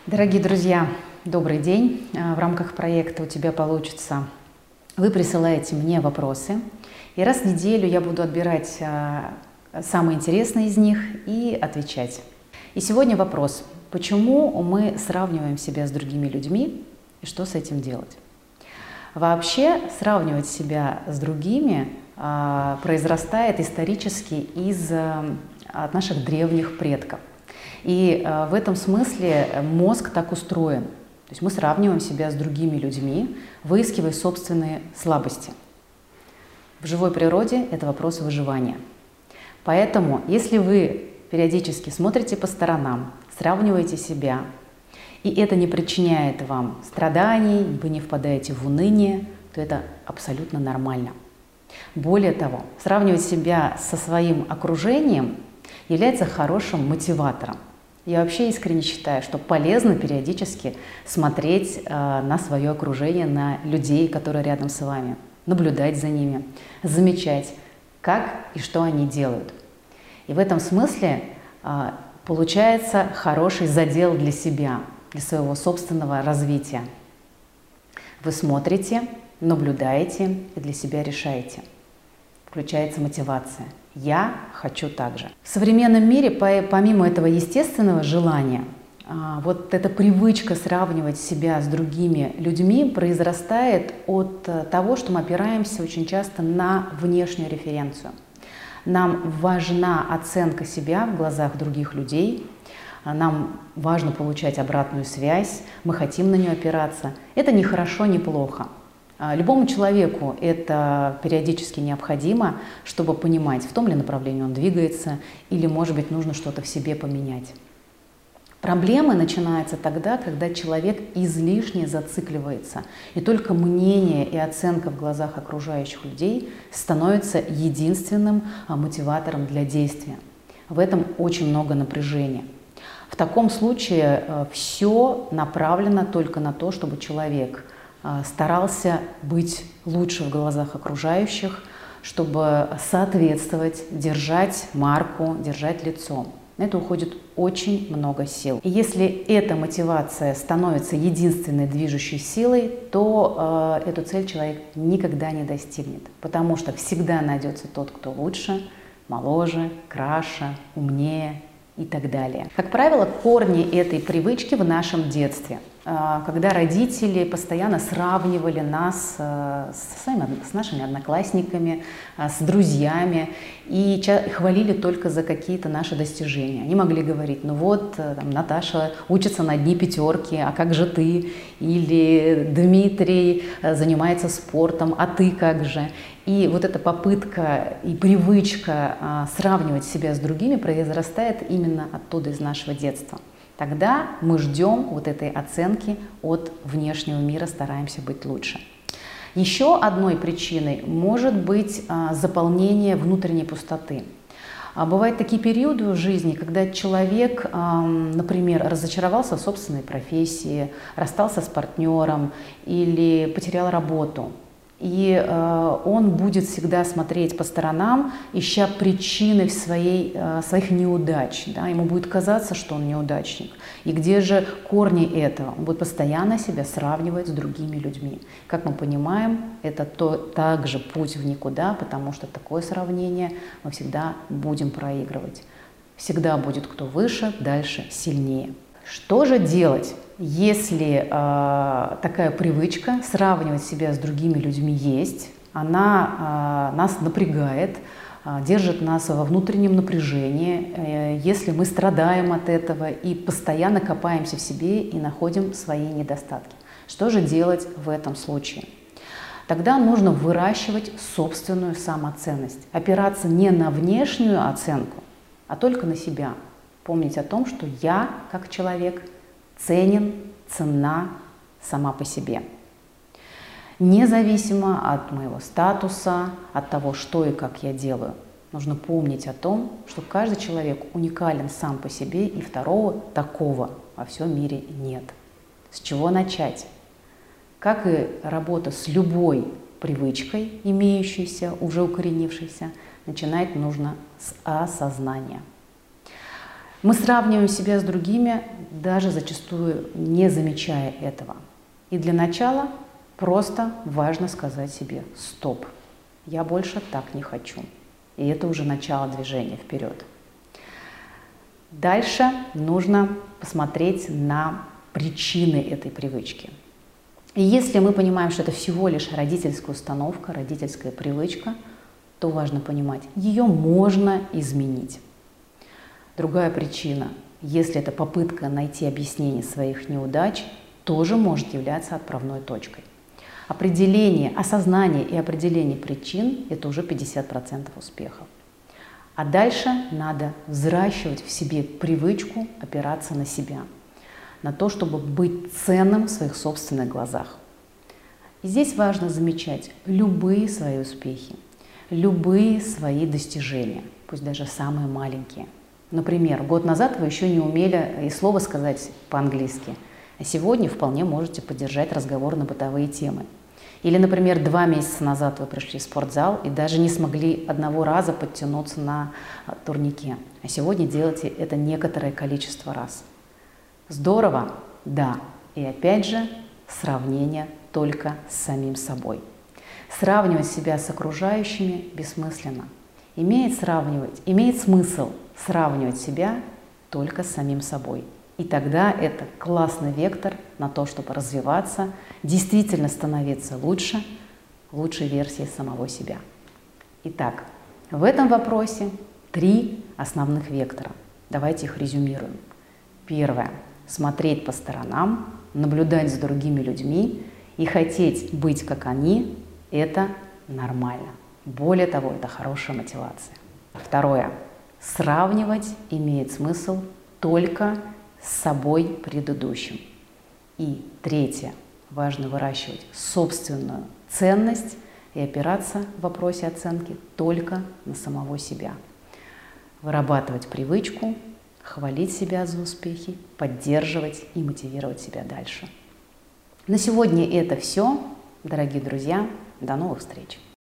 Дорогие друзья, добрый день! В рамках проекта «У тебя получится» вы присылаете мне вопросы, и раз в неделю я буду отбирать самые интересные из них и отвечать. И сегодня вопрос: почему мы сравниваем себя с другими людьми и что с этим делать? Вообще сравнивать себя с другими произрастает исторически от наших древних предков. И в этом смысле мозг так устроен. То есть мы сравниваем себя с другими людьми, выискивая собственные слабости. В живой природе это вопрос выживания. Поэтому, если вы периодически смотрите по сторонам, сравниваете себя, и это не причиняет вам страданий, вы не впадаете в уныние, то это абсолютно нормально. Более того, сравнивать себя со своим окружением является хорошим мотиватором. Я вообще искренне считаю, что полезно периодически смотреть на свое окружение, на людей, которые рядом с вами, наблюдать за ними, замечать, как и что они делают. И в этом смысле получается хороший задел для себя, для своего собственного развития. Вы смотрите, наблюдаете и для себя решаете. Включается мотивация. Я хочу так же. В современном мире, помимо этого естественного желания, вот эта привычка сравнивать себя с другими людьми произрастает от того, что мы опираемся очень часто на внешнюю референцию. Нам важна оценка себя в глазах других людей, нам важно получать обратную связь, мы хотим на нее опираться. Это не хорошо, не плохо. Любому человеку это периодически необходимо, чтобы понимать, в том ли направлении он двигается, или, может быть, нужно что-то в себе поменять. Проблемы начинаются тогда, когда человек излишне зацикливается, и только мнение и оценка в глазах окружающих людей становится единственным мотиватором для действия. В этом очень много напряжения. В таком случае все направлено только на то, чтобы человек старался быть лучше в глазах окружающих, чтобы соответствовать, держать марку, держать лицо. На это уходит очень много сил. И если эта мотивация становится единственной движущей силой, то эту цель человек никогда не достигнет, потому что всегда найдется тот, кто лучше, моложе, краше, умнее и так далее. Как правило, корни этой привычки в нашем детстве, когда родители постоянно сравнивали нас с нашими одноклассниками, с друзьями и хвалили только за какие-то наши достижения. Они могли говорить: ну вот, там, Наташа учится на одни пятерки, а как же ты? Или Дмитрий занимается спортом, а ты как же? И вот эта попытка и привычка сравнивать себя с другими произрастает именно оттуда, из нашего детства. Тогда мы ждем вот этой оценки от внешнего мира, стараемся быть лучше. Еще одной причиной может быть заполнение внутренней пустоты. Бывают такие периоды в жизни, когда человек, например, разочаровался в собственной профессии, расстался с партнером или потерял работу. И он будет всегда смотреть по сторонам, ища причины своих неудач. Да? Ему будет казаться, что он неудачник. И где же корни этого? Он будет постоянно себя сравнивать с другими людьми. Как мы понимаем, это также путь в никуда, потому что такое сравнение мы всегда будем проигрывать. Всегда будет кто выше, дальше, сильнее. Что же делать, если такая привычка сравнивать себя с другими людьми есть, она нас напрягает, держит нас во внутреннем напряжении, если мы страдаем от этого и постоянно копаемся в себе и находим свои недостатки? Что же делать в этом случае? Тогда нужно выращивать собственную самоценность, опираться не на внешнюю оценку, а только на себя. Помнить о том, что я, как человек, ценен, ценна сама по себе. Независимо от моего статуса, от того, что и как я делаю. Нужно помнить о том, что каждый человек уникален сам по себе, и второго такого во всем мире нет. С чего начать? Как и работа с любой привычкой, имеющейся, уже укоренившейся, начинать нужно с осознания. Мы сравниваем себя с другими, даже зачастую не замечая этого. И для начала просто важно сказать себе «стоп, я больше так не хочу». И это уже начало движения вперед. Дальше нужно посмотреть на причины этой привычки. И если мы понимаем, что это всего лишь родительская установка, родительская привычка, то важно понимать, ее можно изменить. Другая причина, если это попытка найти объяснение своих неудач, тоже может являться отправной точкой. Определение, осознание и определение причин – это уже 50% успеха. А дальше надо взращивать в себе привычку опираться на себя, на то, чтобы быть ценным в своих собственных глазах. И здесь важно замечать любые свои успехи, любые свои достижения, пусть даже самые маленькие. Например, год назад вы еще не умели и слово сказать по-английски, а сегодня вполне можете поддержать разговор на бытовые темы. Или, например, 2 месяца назад вы пришли в спортзал и даже не смогли одного раза подтянуться на турнике, а сегодня делаете это некоторое количество раз. Здорово? Да. И опять же, сравнение только с самим собой. Сравнивать себя с окружающими бессмысленно. Имеет смысл сравнивать себя только с самим собой. И тогда это классный вектор на то, чтобы развиваться, действительно становиться лучше, лучшей версией самого себя. Итак, в этом вопросе 3 основных вектора. Давайте их резюмируем. Первое. Смотреть по сторонам, наблюдать за другими людьми и хотеть быть как они – это нормально. Более того, это хорошая мотивация. Второе. Сравнивать имеет смысл только с собой предыдущим. И третье. Важно выращивать собственную ценность и опираться в вопросе оценки только на самого себя. Вырабатывать привычку, хвалить себя за успехи, поддерживать и мотивировать себя дальше. На сегодня это все. Дорогие друзья, до новых встреч!